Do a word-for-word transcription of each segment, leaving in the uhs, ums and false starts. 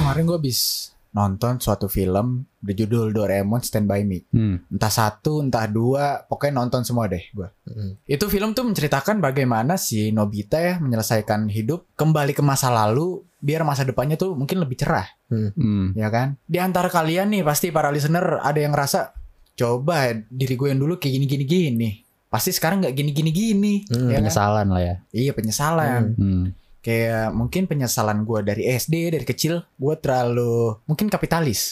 kemarin gue habis nonton suatu film berjudul Doraemon Stand By Me. Hmm. Entah satu, entah dua, pokoknya nonton semua deh gue. Hmm. Itu film tuh menceritakan bagaimana si Nobita ya menyelesaikan hidup kembali ke masa lalu biar masa depannya tuh mungkin lebih cerah. Hmm. Hmm. Ya kan? Di antara kalian nih pasti para listener ada yang ngerasa coba diri gue yang dulu kayak gini-gini gini. Pasti sekarang nggak gini-gini gini. Hmm. Ya kan? Penyesalan lah ya. Iya penyesalan. Hmm. Hmm. Kayak mungkin penyesalan gue dari S D, dari kecil gue terlalu mungkin kapitalis.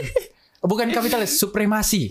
Bukan kapitalis, supremasi.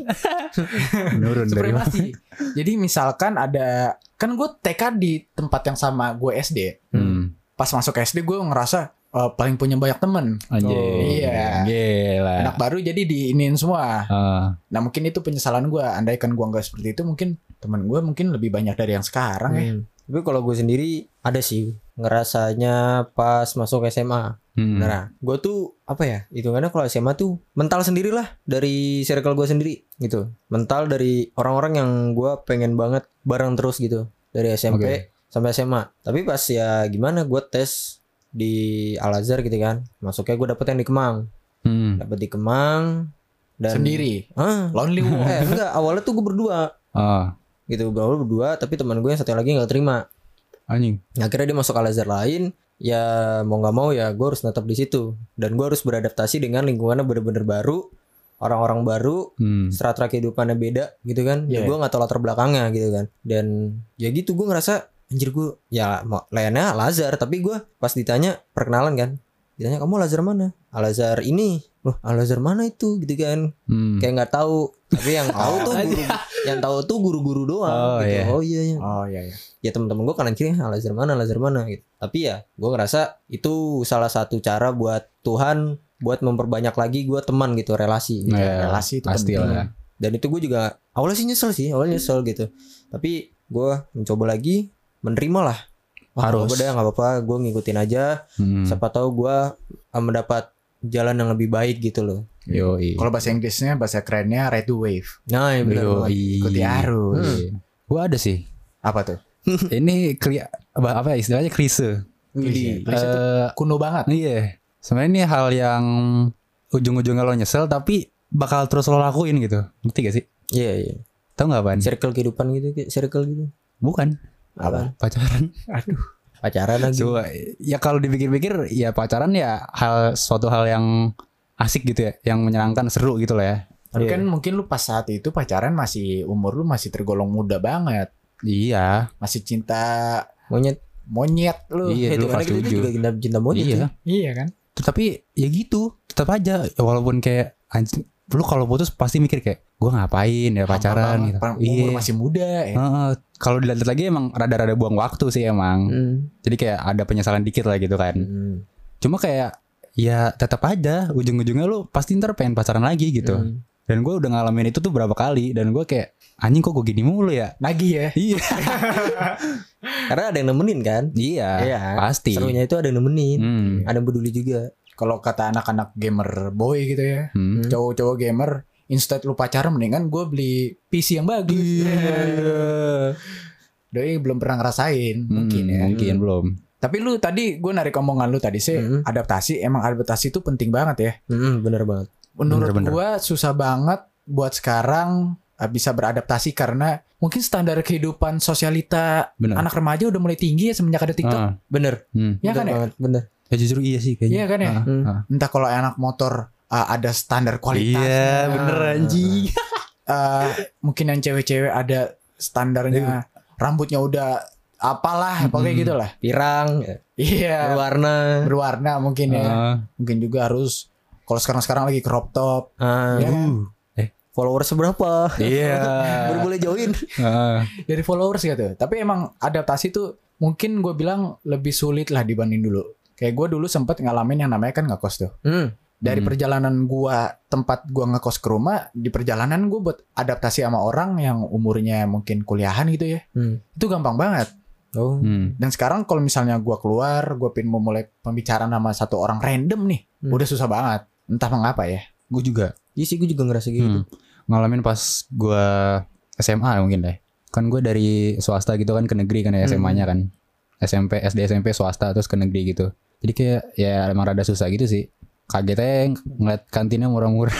Menurun dari mana? Supremasi. Jadi misalkan ada, kan gue T K di tempat yang sama gue S D. Hmm. Pas masuk S D gue ngerasa uh, paling punya banyak temen. Anjir. Oh, iya. Gila. Anak baru jadi diinin semua. Ah. Nah mungkin itu penyesalan gue. Andaikan gue nggak seperti itu mungkin temen gue mungkin lebih banyak dari yang sekarang ya. Hmm. Tapi kalau gue sendiri ada sih ngerasanya pas masuk S M A. Hmm. Nah, gue tuh apa ya? Hitungannya kalau S M A tuh mental sendirilah dari circle gue sendiri gitu. Mental dari orang-orang yang gue pengen banget bareng terus gitu dari S M P Oke. sampai S M A. Tapi pas ya gimana gue tes di Al Azhar gitu kan, masuknya gue dapet yang di Kemang, Hmm. dapet di Kemang dan Sendiri. Ah, Lonely wolf. eh, enggak awalnya tuh gue berdua Ah. gitu, gue awalnya berdua tapi teman gue yang satu lagi nggak terima. Anjing. Akhirnya dia masuk Al Azhar lain, ya mau nggak mau ya gue harus tetap di situ dan gue harus beradaptasi dengan lingkungannya bener-bener baru, orang-orang baru, Hmm. strata kehidupannya beda gitu kan. Ya Yeah. gue nggak tahu latar belakangnya gitu kan. Dan ya gitu gue ngerasa anjir gue ya mau layannya Al Azhar, tapi gue pas ditanya perkenalan kan, ditanya kamu Al Azhar mana? Al Azhar ini. Loh, Al Azhar mana itu gitu kan. Hmm. Kayak nggak tahu, tapi yang tahu tuh guru, yang tahu tuh guru-guru doang Oh, gitu. iya. Oh iya ya. Oh iya iya. Ya teman-teman gue kanan kiri Al Azhar mana, Al Azhar mana gitu. Tapi ya gue ngerasa itu salah satu cara buat Tuhan buat memperbanyak lagi gue teman gitu, relasi gitu. Ya, relasi itu pasti penting. lah. Dan itu gue juga awalnya sih nyesel sih, awalnya nyesel gitu. Tapi gue mencoba lagi, menerima lah. Wah, Harus. udah nggak apa-apa, gue ngikutin aja. Hmm. Siapa tahu gue uh, mendapat jalan yang lebih baik gitu loh. Yoi. Kalau bahasa Inggrisnya, bahasa kerennya ride the wave. Nah, ya benar Yoi. banget. Ikuti arus. Hmm. Gua ada sih. Apa tuh? Ini kli- apa apa ya istilahnya klise. Klise. Klise tuh Eh, kuno banget. Iya. Sebenarnya ini hal yang ujung-ujungnya lo nyesel tapi bakal terus lo lakuin gitu. Ngerti gak sih? Iya, iya. Tahu nggak apaan? Circle kehidupan gitu, kayak circle gitu. Bukan. Apa? Pacaran. Aduh. Pacaran lagi. Coba ya kalau dipikir-pikir ya pacaran ya hal suatu hal yang asik gitu ya, yang menyenangkan, seru gitu lah ya. Tapi Iya. kan mungkin lu pas saat itu pacaran masih umur lu masih tergolong muda banget. Iya. Masih cinta Monyet. monyet lu. Iya, Eh, dulu dimana pas kita tujuh. juga cinta, cinta monyet. Iya. Iya. Iya kan? Tapi ya gitu, tetap aja walaupun kayak anjing, lu kalau putus pasti mikir kayak gua ngapain ya pacaran Lama gitu. banget. Umur Iya. masih muda ya. Heeh. Kalau dilihat lagi emang rada-rada buang waktu sih emang. Hmm. Jadi kayak ada penyesalan dikit lah gitu kan. Hmm. Cuma kayak ya tetap aja ujung-ujungnya lu pasti ntar pengen pacaran lagi gitu. Hmm. Dan gue udah ngalamin itu tuh berapa kali dan gue kayak anjing kok gue gini mulu ya. Nagih ya. Iya. Karena ada yang nemenin kan. Iya. Iya. Pasti. Serunya itu ada yang nemenin. Hmm. Ada yang peduli juga. Kalau kata anak-anak gamer boy gitu ya. Hmm. Hmm. Cowok-cowok gamer, instead lu pacaran mendingan gue beli P C yang bagus. Iya. Doi belum pernah ngerasain mungkin ya. Mungkin belum. Tapi lu tadi gue narik omongan lu tadi sih Hmm. adaptasi, emang adaptasi itu penting banget ya. Hmm, bener banget. Menurut Bener-bener. gue susah banget buat sekarang uh, bisa beradaptasi karena mungkin standar kehidupan sosialita Bener. anak remaja udah mulai tinggi ya semenjak ada TikTok. Ah. Bener. Ya Hmm. bener kan ya? banget. Bener. Ya jujur iya sih kayaknya. Iya kan ya? Ah, Hmm. ah. Entah kalau anak motor uh, ada standar kualitas. Iya bener anjing. Uh, mungkin yang cewek-cewek ada standarnya, rambutnya udah apalah, pokoknya Mm-mm. gitulah. Pirang. Iya. Berwarna. Berwarna mungkin ya. Ah. Mungkin juga harus kalau sekarang-sekarang lagi crop top. Ah, Ya kan? followers seberapa? Iya. Baru boleh join. Ah. Dari followers gitu. Tapi emang adaptasi tuh mungkin gue bilang lebih sulit lah dibanding dulu. Kayak gue dulu sempet ngalamin yang namanya kan ngekos tuh. Hmm. Dari Hmm. perjalanan gue tempat gue ngekos ke rumah, di perjalanan gue buat adaptasi sama orang yang umurnya mungkin kuliahan gitu ya. Hmm. Itu gampang banget. Oh. Hmm. Dan sekarang kalau misalnya gue keluar, gue pengen memulai pembicaraan sama satu orang random nih, Hmm. udah susah banget. Entah mengapa ya. Gue juga. Iya sih gue juga ngerasa gitu. Hmm. Ngalamin pas gue S M A mungkin deh. Kan gue dari swasta gitu kan ke negeri kan ya, Hmm. S M A-nya kan. S M P, S D, S M P swasta terus ke negeri gitu. Jadi kayak ya emang rada susah gitu sih. kaget aja ngeliat kantinnya murah-murah.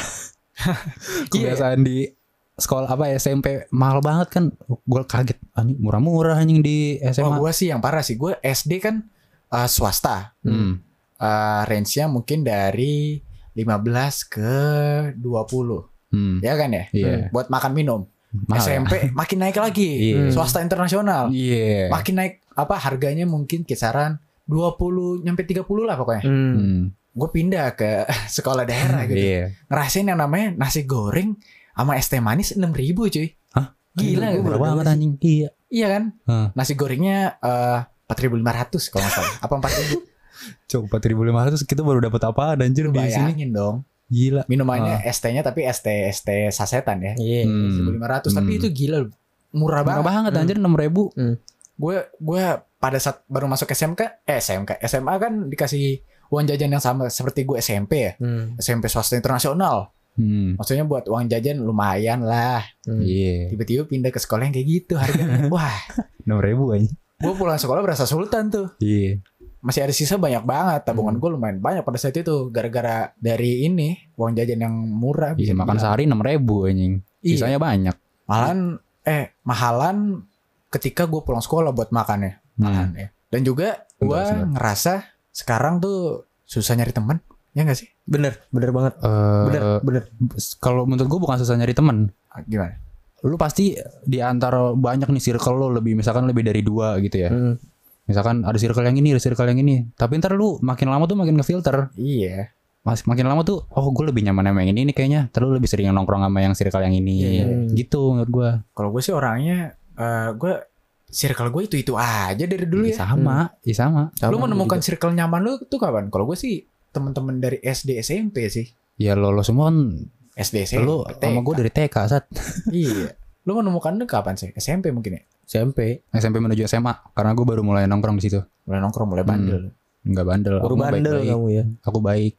Kebiasaan di sekolah apa S M P mahal banget kan. Gue kaget anjing murah-murah anjing di S M A. Oh, gue sih yang parah sih. Gue S D kan uh, swasta. Hmm. Uh, range-nya mungkin dari lima belas ke dua puluh. Hmm. Ya kan ya? Iya. Buat makan minum. Mahal S M P ya? makin naik lagi. Iya. Swasta internasional. Iya. Makin naik apa harganya mungkin kisaran dua puluh nyampe tiga puluh lah pokoknya. Hmm. Hmm. Gue pindah ke sekolah daerah gitu. Iya. Ngerasain yang namanya nasi goreng sama es teh manis enam ribu cuy. Hah? Gila, Gila, murah gua banget anjing. Iya. Iya kan? Hah. Nasi gorengnya eh, empat ribu lima ratus kalau nggak salah. Apa empat ribu? Cok empat ribu lima ratus kita baru dapat apa anjir di sini. Bayangin dong. Gila. Minumannya es tehnya tapi es teh es teh sasetan ya. Iya. Hmm. seribu lima ratus tapi Hmm. itu gila loh. Murah Murah banget. banget anjir enam ribu. Gue gue pada saat baru masuk S M K, eh S M K, S M A kan dikasih uang jajan yang sama seperti gue S M P ya. Hmm. S M P swasta internasional. Hmm. Maksudnya buat uang jajan lumayan lah. Hmm. Iya. Tiba-tiba pindah ke sekolah yang kayak gitu harganya. Wah, enam ribu anjing. gue pulang sekolah berasa sultan tuh. Iya. Masih ada sisa banyak banget. Tabungan Hmm. gue lumayan banyak pada saat itu. Gara-gara dari ini uang jajan yang murah. Bisa makan dibilang. sehari enam ribu anjing. Iya. Sisanya banyak. Malahan eh mahalan ketika gue pulang sekolah buat makan ya. Malahan Hmm. ya. Dan juga gue Enggak, enggak. ngerasa sekarang tuh susah nyari temen. Ya gak sih? Bener, bener banget. Eh, Bener, bener. Kalau menurut gue bukan susah nyari temen. Ah, gimana? Lu pasti di antara banyak nih circle lo lebih misalkan lebih dari dua gitu ya. Hmm. Misalkan ada circle yang ini, ada circle yang ini. Tapi ntar lu makin lama tuh makin ngefilter. Iya. Mas makin lama tuh, oh gue lebih nyaman sama yang ini nih kayaknya. Terus lebih sering nongkrong sama yang circle yang ini. Iya, iya. Gitu menurut gue. Kalau gue sih orangnya, eh gue circle gue itu itu aja dari dulu ya. Sama, iya sama. Lu Sama menemukan juga. circle nyaman lu tuh kapan? Kalau gue sih teman-teman dari S D S M P sih. Ya lo lo semua kan, S D S M P. lu sama gue dari T K saat Iya. Lu menemukan lu kapan sih? S M P mungkin ya. S M P. S M P menuju S M A. Karena gue baru mulai nongkrong di situ. Mulai nongkrong, mulai bandel. Enggak bandel. Baru aku mah bandel baik-baik. kamu ya. Aku baik.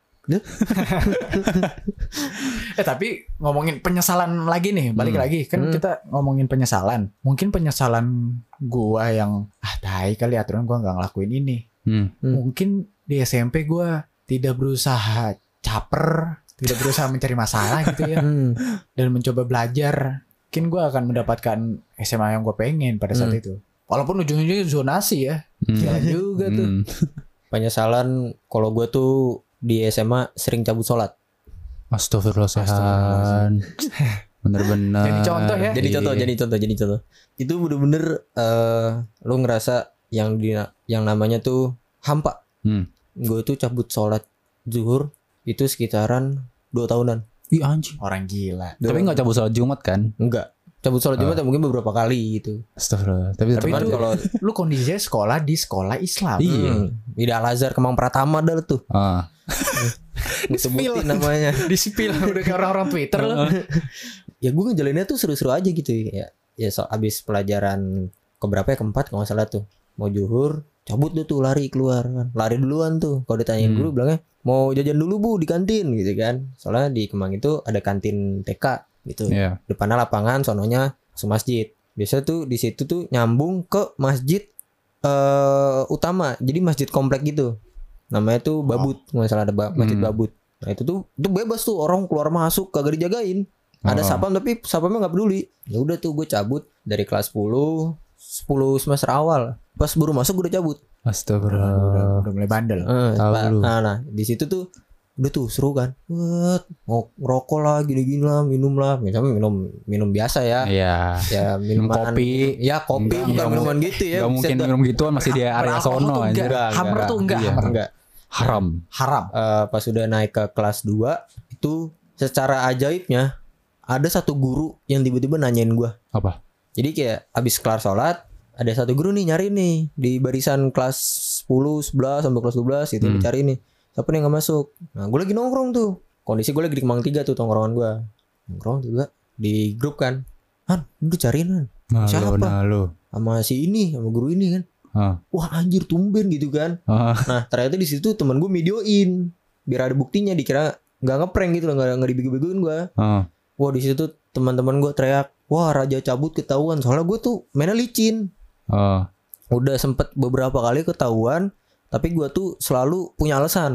Eh tapi ngomongin penyesalan lagi nih, balik Hmm. lagi kan Hmm. kita ngomongin penyesalan. Mungkin penyesalan gua yang ah tai kali aturan gua nggak ngelakuin ini. Hmm. Hmm. Mungkin di S M P gua tidak berusaha caper, tidak berusaha mencari masalah gitu ya, Hmm. dan mencoba belajar. Mungkin gua akan mendapatkan S M A yang gua pengen pada saat Hmm. itu. Walaupun ujung-ujungnya zonasi ya, Hmm. jalan juga tuh. Hmm. Penyesalan kalau gue tuh di S M A sering cabut sholat. Astagfirullahaladzim. Bener-bener. Jadi contoh ya. Jadi Iya. contoh, jadi contoh, jadi contoh. Itu bener-bener eh lu ngerasa yang di yang namanya tuh hampa. Hmm. Gue tuh cabut sholat zuhur itu sekitaran dua tahunan. Ih anjing. Orang gila. Tapi nggak cabut sholat Jumat kan? Enggak. Cabut sholat Jumat ya mungkin beberapa kali gitu. Astagfirullah. Tapi, Tapi tetap itu- aja. kalau Lu kondisinya sekolah di sekolah Islam. Iya. hmm, di Al-Azhar Kemang Pratama dah tuh. Ah. Disebutin namanya. Di-spill udah kayak orang-orang Twitter lu. Ya gue ngejalaninnya tuh seru-seru aja gitu ya. Ya so, abis pelajaran keberapa ya, keempat kalau nggak salah tuh. Mau zuhur, cabut deh tuh lari keluar kan. Lari duluan tuh. Kalau ditanyain Hmm. guru bilangnya mau jajan dulu bu di kantin gitu kan. Soalnya di Kemang itu ada kantin T K gitu. Iya. Depannya lapangan, sononya langsung masjid. Biasa tuh di situ tuh nyambung ke masjid eh utama. Jadi masjid komplek gitu. Namanya tuh Babut, nggak salah ada ba- masjid Hmm. Babut. Nah itu tuh itu bebas tuh orang keluar masuk kagak dijagain. Ada Oh. sapam tapi sapamnya nggak peduli. Ya udah tuh gue cabut dari kelas sepuluh sepuluh semester awal. Pas baru masuk gue udah cabut. udah, Astagfirullah. udah mulai bandel. Eh, Tahu Pak. lu. Nah, nah di situ tuh udah tuh seru kan. Wet, mau ngerokok lah, gini-gini lah, minum lah. Misalnya minum minum biasa ya. Iya. Ya Minum minuman kopi. Ya kopi Enggak, bukan enggak minuman gitu ya. Gak mungkin Buset, minum gituan masih di area Beralkohol sono tuh anjir. enggak. Enggak, Hammer enggak. tuh enggak, Iya. hammer. enggak. Haram. Haram. Eh, pas udah naik ke kelas dua itu secara ajaibnya ada satu guru yang tiba-tiba nanyain gua. Apa? Jadi kayak abis kelar sholat ada satu guru nih nyari nih di barisan kelas sepuluh, sebelas sampai kelas dua belas gitu Hmm. dicari nih. Siapa nih yang gak masuk? Nah, gue lagi nongkrong tuh. Kondisi gue lagi di Kemang tiga tuh tongkrongan gua. Nongkrong juga di grup kan. Han, lu cariin Han. Nah, Siapa? lu, nah, lu. Sama si ini, sama guru ini kan. Ah. Wah anjir tumben gitu kan. Ah. Nah ternyata di situ teman gue videoin biar ada buktinya, dikira nggak ngeprank gitu loh, nggak nggak dibego-begoin gue. Ah. Wah di situ teman-teman gue teriak, wah raja cabut ketahuan. Soalnya gue tuh mainnya licin. Ah. Udah sempet beberapa kali ketahuan, tapi gue tuh selalu punya alasan.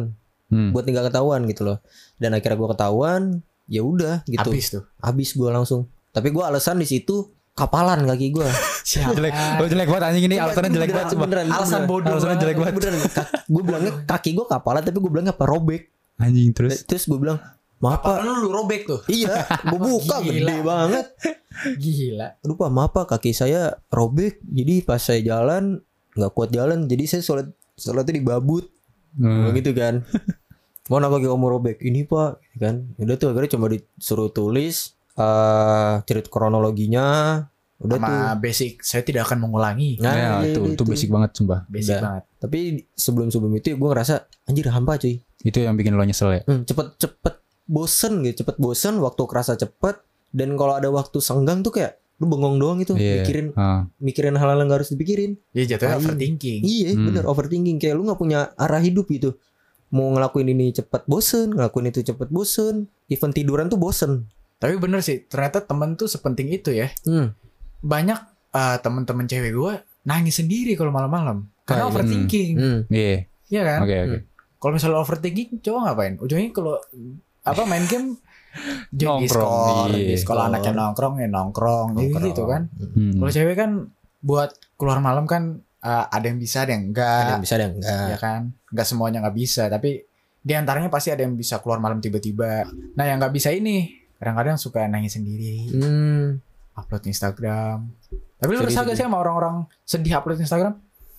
Hmm. buat nggak ketahuan gitu loh. Dan akhirnya gue ketahuan, ya udah gitu. Habis tuh. Habis gue langsung. Tapi gue alasan di situ kapalan kaki gue. Jelek. Oh jelek banget anjing ini alasannya jelek banget sumpah. Alasan bodoh. Alasannya jelek banget. Beneran. Gue bilangnya kaki gue kapalan, tapi gue bilangnya apa robek. Anjing terus. Terus gue bilang, maaf Apa pak. lu, lu robek tuh? Iya, gue buka Gila. gede banget. Gila. Aduh pak, maaf pak, kaki saya robek. Jadi pas saya jalan nggak kuat jalan, jadi saya sholat sholatnya dibabut. Hmm. Gitu kan. Mana kaki kamu robek? Ini pak, kan? Udah tuh akhirnya cuma disuruh tulis uh, cerita kronologinya. Udah Sama tuh. basic, saya tidak akan mengulangi. Nah, Ya, iya, itu, iya, itu basic banget sumpah. Basic Udah. banget. Tapi sebelum-sebelum itu gue ngerasa anjir hampa cuy. Itu yang bikin lo nyesel ya. Hmm, cepet-cepet bosen gitu, cepet bosen, waktu kerasa cepet. Dan kalau ada waktu senggang tuh kayak lu bengong doang gitu, Iya. mikirin Ah. mikirin hal-hal yang gak harus dipikirin. Ya jatuhnya Lain. overthinking. Iya, Hmm. bener overthinking, kayak lu nggak punya arah hidup gitu. Mau ngelakuin ini cepet bosen, ngelakuin itu cepet bosen, even tiduran tuh bosen. Tapi bener sih, ternyata temen tuh sepenting itu ya. Hmm. Banyak uh, temen-temen cewek gue nangis sendiri kalau malam-malam. Karena Kayak- overthinking. Hmm. Iya. Iya kan? Oke oke. Kalau misalnya overthinking, coba ngapain? Ujungnya kalau apa main game jadi Nongkrong, skor, iya. di sekolah Skor. anaknya nongkrong ya nongkrong, jadi Nongkrong. gitu kan. Hmm. Kalau cewek kan buat keluar malam kan uh, ada yang bisa, ada yang enggak, Ada yang bisa, ada yang enggak. ya kan? Enggak semuanya nggak bisa, tapi di antaranya pasti ada yang bisa keluar malam tiba-tiba. Nah yang nggak bisa ini kadang-kadang suka nangis sendiri, Hmm. upload Instagram. Tapi lu Sedih, resah gak sedih. sih sama orang-orang sedih upload Instagram?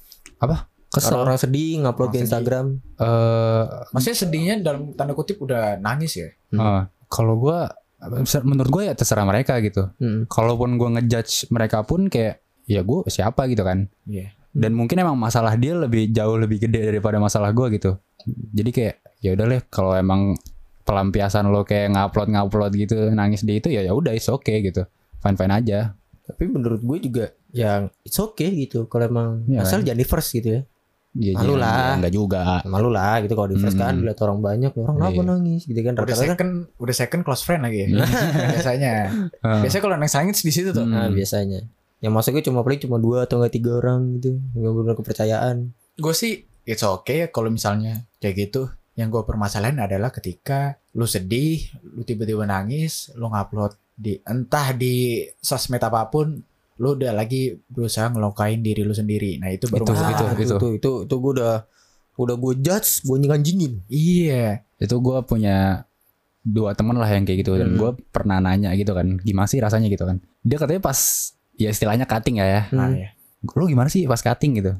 Kesel. Orang-orang sedih ngupload Orang ke sedih. Instagram. Eh, Maksudnya sedihnya dalam tanda kutip udah nangis ya? eh, kalau gua menurut gue ya terserah mereka gitu. Hmm. Kalaupun gue ngejudge mereka pun kayak ya gue siapa gitu kan. Iya. Dan mungkin emang masalah dia lebih jauh lebih gede daripada masalah gue gitu. Jadi kayak ya udah deh kalau emang pelampiasan lo kayak ngupload ngupload gitu nangis di itu ya ya udah it's okay gitu. Fine fine aja. Tapi menurut gue juga yang it's okay gitu. Kalau emang Iya asal kan? jangan di first gitu ya. Ya, Malu jangan- lah. ya, enggak juga. Malu lah gitu kalau di first kan Hmm. dilihat orang banyak, orang Iya. kenapa nangis gitu kan. Udah Rata-rata kan. second, udah second close friend lagi ya. Iya. Biasanya. Eh, Biasanya kalau nangis nangis di situ tuh. Hmm. Nah, biasanya. Yang masuknya cuma paling cuma dua atau enggak tiga orang gitu. Enggak benar kepercayaan. Gue sih it's okay ya kalau misalnya kayak gitu. Yang gue permasalahin adalah ketika lu sedih, lu tiba-tiba nangis, lu ngupload di entah di sosmed apapun, lu udah lagi berusaha ngelukain diri lu sendiri. Nah itu baru Itu, masalah. itu, Ah, itu, itu, itu, itu gue udah udah gue judge, gue nganjingin. Iya. itu gue punya dua temen lah yang kayak gitu dan Hmm. gue pernah nanya gitu kan gimana sih rasanya gitu kan. Dia katanya pas ya istilahnya cutting ya ya. Nah, Hmm. ya. Lu gimana sih pas cutting gitu?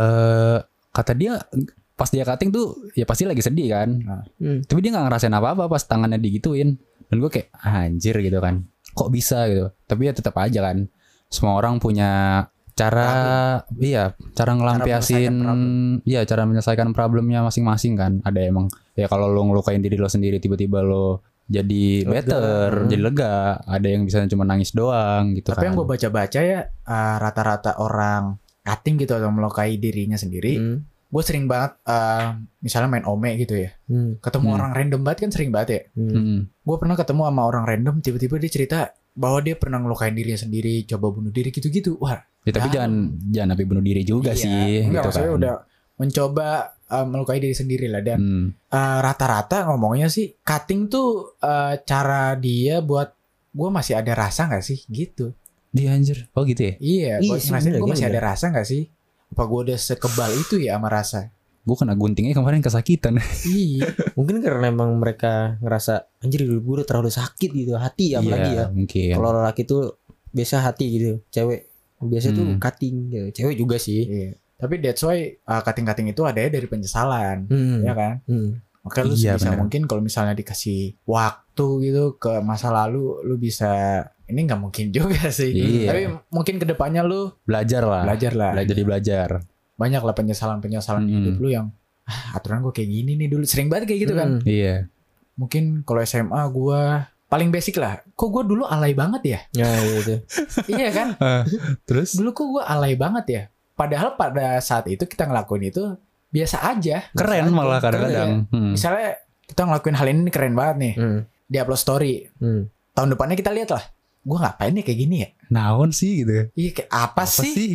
Eh kata dia pas dia cutting tuh ya pasti lagi sedih kan. Hmm. Tapi dia nggak ngerasain apa-apa pas tangannya digituin. Dan gue kayak anjir gitu kan. Kok bisa gitu. Tapi ya tetap aja kan. Semua orang punya cara iya, cara ngelampiasin menyelesaikan iya, cara menyelesaikan problemnya masing-masing kan. Ada emang ya kalau lo ngelukain diri lo sendiri tiba-tiba lo jadi Lega. better, Hmm. jadi lega. Ada yang bisa cuma nangis doang gitu Tapi kan. yang gue baca-baca ya uh, rata-rata orang cutting gitu atau melukai dirinya sendiri. Hmm. Gue sering banget uh, misalnya main ome gitu ya. Hmm. Ketemu Hmm. orang random banget kan sering banget ya. Hmm. Mm-mm. Gue pernah ketemu sama orang random tiba-tiba dia cerita bahwa dia pernah ngelukain dirinya sendiri, coba bunuh diri gitu-gitu. Wah, Ya, tapi Ya. jangan jangan sampai bunuh diri juga iya. sih. Enggak, gitu maksudnya kan. udah mencoba uh, melukai diri sendiri lah. Dan Hmm. uh, rata-rata ngomongnya sih cutting tuh uh, cara dia buat gue masih ada rasa nggak sih gitu. Dia anjir. Oh gitu ya. Iya, Iya gue sih, ngerasain bener, gue masih bener. ada rasa nggak sih? Apa gue udah sekebal itu ya sama rasa? Gue kena guntingnya kemarin kesakitan. Iya. Mungkin karena emang mereka ngerasa anjir hidup gue udah terlalu sakit gitu, hati apalagi ya. Iya, mungkin. Kalau lelaki tuh biasa hati gitu, cewek biasa tuh Hmm. cutting gitu. Cewek juga sih. Iya. Tapi that's why uh, cutting-cutting itu ada dari penyesalan, Hmm. ya kan? Hmm. Makanya lu Iya, bisa bener. mungkin kalau misalnya dikasih waktu gitu ke masa lalu, lu bisa ini nggak mungkin juga sih. Iya. Tapi mungkin kedepannya lu Belajar lah. belajar lah. Belajar di belajar. Banyak lah penyesalan-penyesalan di Hmm. hidup lu yang ah, aturan gue kayak gini nih dulu. Sering banget kayak gitu kan. Hmm. Iya. Mungkin kalau S M A gue paling basic lah. Kok gue dulu alay banget ya? Ya gitu. Iya kan? Terus? Dulu kok gue alay banget ya? Padahal pada saat itu kita ngelakuin itu biasa aja. Keren Biasa malah aja. kadang-kadang. Iya. Hmm. Misalnya kita ngelakuin hal ini keren banget nih. Hmm. Di upload story. Hmm. Tahun depannya kita lihat lah. Gue ngapain nih kayak gini ya? Naon sih gitu. Iya kayak apa, Apa sih? sih gitu.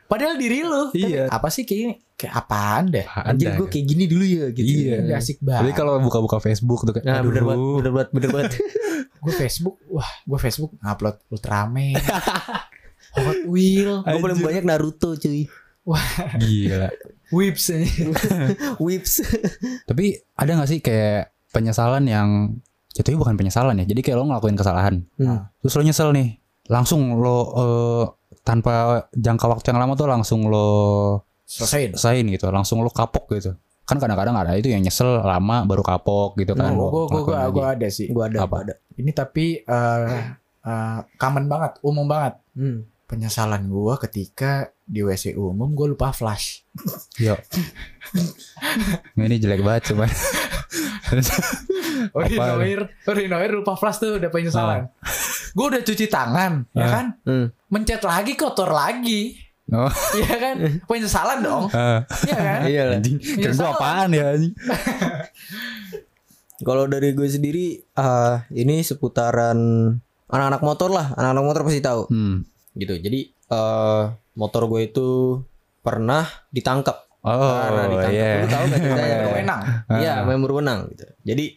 Padahal diri lu. Iya. Apa sih kayak kayak apaan deh? Anjir gue kayak gini dulu ya gitu. Iya. Udah asik Tapi banget. kalau buka-buka Facebook tuh kayak Nah, aduh. bener banget, bener banget, bener banget. Gue Facebook, wah, gue Facebook ngupload Ultraman, Hot Wheel, Gue paling banyak Naruto cuy. Gila. Whips. Whips. Tapi ada gak sih kayak penyesalan yang jatuhnya bukan penyesalan ya. Jadi kayak lo ngelakuin kesalahan. Hmm. Terus lo nyesel nih. Langsung lo eh, tanpa jangka waktu yang lama tuh langsung lo Selesai. selesaiin gitu. Langsung lo kapok gitu. Kan kadang-kadang ada itu yang nyesel lama baru kapok gitu kan. Gue gue Ngelakuin lagi. gue ada sih. Gue ada, Apa? gua ada. Ini tapi eh eh, common banget, umum banget. Hmm. Penyesalan gue ketika di W C umum gue lupa flush. Yo. Ini jelek banget cuman. Urinoir, urinoir lupa flush tuh udah penyesalan. Gue udah cuci tangan, ya Ah. kan? Hmm. Mencet lagi kotor lagi. Oh. Iya kan? Penyesalan dong. Ah. Iya kan? Iya lah. Anjing, kira gua Penyesalan. apaan ya anjing? Kalau dari gue sendiri, ah ini seputaran anak-anak motor lah. Anak-anak motor pasti tahu. Hmm. Gitu. Jadi eh motor gue itu pernah ditangkap. Oh, Pernah ditangkap. iya. Lu tahu gak ceritanya? Berwenang. Iya, main berwenang gitu. Jadi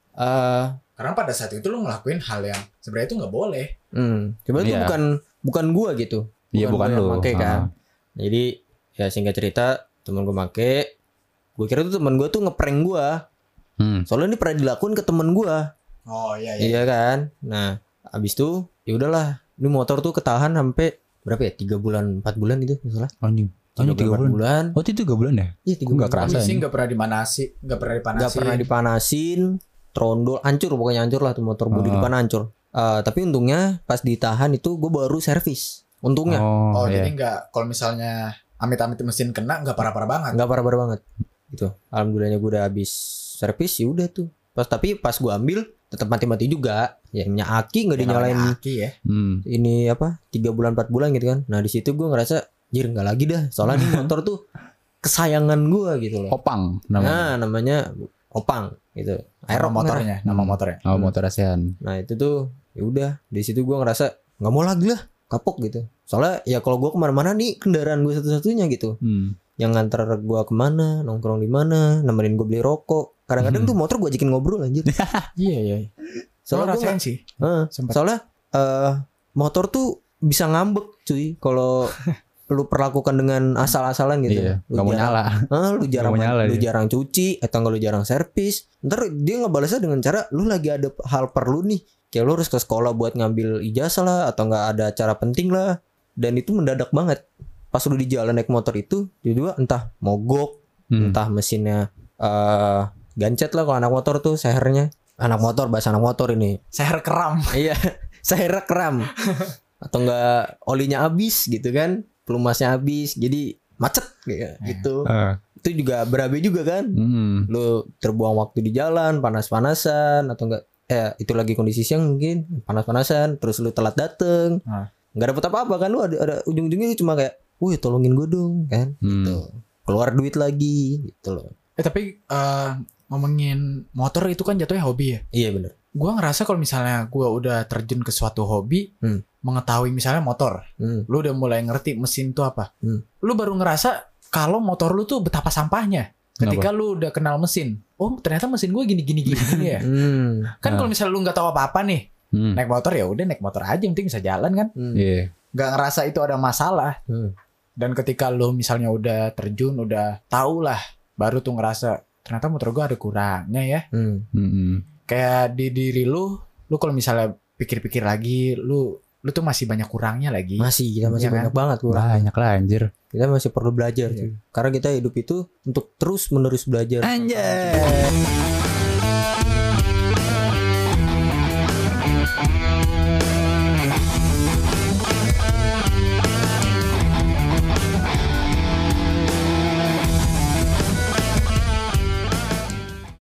eh Karena pada saat itu lu ngelakuin hal yang sebenarnya itu nggak boleh. hmm, coba itu Iya. bukan bukan gua gitu. Iya, bukan gua yang lu. make kan. Ah. Jadi ya singkat cerita temen gue make. Gue kira tuh temen gue tuh ngeprank gua. Hmm. Soalnya ini pernah dilakuin ke temen gua. Oh iya Iya kan. Nah, abis itu ya udahlah. Ini motor tuh ketahan sampai berapa ya? Tiga bulan, empat bulan gitu misalnya. Anjing. Anjing tiga empat bulan. bulan. Oh, itu tiga bulan ya? Iya tiga Gua nggak bulan. kerasa. Kondisi ini. nggak pernah dimanasi, nggak pernah dipanasin. Gak pernah dipanasin, trondol, hancur pokoknya hancur lah tuh motor bodi Oh. depan hancur. Eh, tapi untungnya pas ditahan itu gue baru servis. Untungnya Oh, Oh iya. jadi nggak, kalau misalnya amit-amit mesin kena nggak parah-parah banget. nggak parah-parah banget. Gitu. Alhamdulillahnya gue udah habis servis ya udah tuh. Pas tapi pas gue ambil tetap mati-mati juga. Ya minyak aki nggak Ya, namanya dinyalain. aki ya. Hmm. Ini apa? Tiga bulan empat bulan gitu kan. Nah di situ gue ngerasa jir nggak lagi dah. Soalnya ini motor tuh kesayangan gue gitu loh. Opang namanya. Nah namanya Opang gitu. Nama Aerox motornya, nama Hmm. motornya. Oh, motor ASEAN. Nah itu tuh ya udah di situ gue ngerasa nggak mau lagi lah kapok gitu. Soalnya ya kalau gue kemana-mana nih kendaraan gue satu-satunya gitu. Hmm. Yang nganter gue kemana, nongkrong di mana, nemenin gue beli rokok. Kadang-kadang Hmm. tuh motor gue ajakin ngobrol anjir. Iya iya. Soalnya Soalnya gue rasain sih. Heeh. Sempet. Soalnya eh motor tuh bisa ngambek cuy kalau lu perlakukan dengan asal-asalan gitu. Iya, Lu gak mau jarang- nyala. Ah, lu jarang mau nyala lu dia. jarang cuci atau enggak lu jarang servis. Ntar dia ngebalasnya dengan cara lu lagi ada hal perlu nih. Kayak lu harus ke sekolah buat ngambil ijazah lah atau enggak ada acara penting lah. Dan itu mendadak banget. Pas lu di jalan naik motor itu, tiba-tiba entah mogok, Hmm. entah mesinnya eh gancet lah kalau anak motor tuh sehernya. Anak motor bahasa anak motor ini. Seher keram. Iya, seher kram. Atau enggak olinya habis gitu kan. Pelumasnya habis jadi macet kayak gitu. Ah. Itu juga berabe juga kan. Hmm. Lu terbuang waktu di jalan, panas-panasan atau enggak eh itu lagi kondisi siang mungkin panas-panasan terus lu telat dateng. Ah. Enggak dapet apa-apa kan lu ada, ada ujung-ujungnya cuma kayak, "Wih, tolongin gue dong." kan Hmm. gitu. Keluar duit lagi gitu loh. Eh tapi eh, ngomongin motor itu kan jatuhnya hobi ya. Iya bener. Gua ngerasa kalau misalnya gua udah terjun ke suatu hobi, Hmm. mengetahui misalnya motor, Hmm. lu udah mulai ngerti mesin tuh apa. Hmm. Lu baru ngerasa kalau motor lu tuh betapa sampahnya. Ketika lu udah kenal mesin, oh ternyata mesin gue gini gini gini, gini ya. Hmm. Kan Ah. kalau misalnya lu nggak tahu apa-apa nih, Hmm. naik motor ya udah naik motor aja, yang penting bisa jalan kan. Hmm. Iya. Nggak ngerasa itu ada masalah. Hmm. Dan ketika lu misalnya udah terjun, udah tahu lah, baru tuh ngerasa ternyata motor gue ada kurangnya ya. Hmm. Hmm. Kayak di diri lu, lu kalau misalnya pikir-pikir lagi, lu lu tuh masih banyak kurangnya lagi. Masih kita masih Iya kan? banyak banget kurang. Banyak lah anjir. Kita masih perlu belajar Iya. cuy. Karena kita hidup itu untuk terus menerus belajar. Anjay.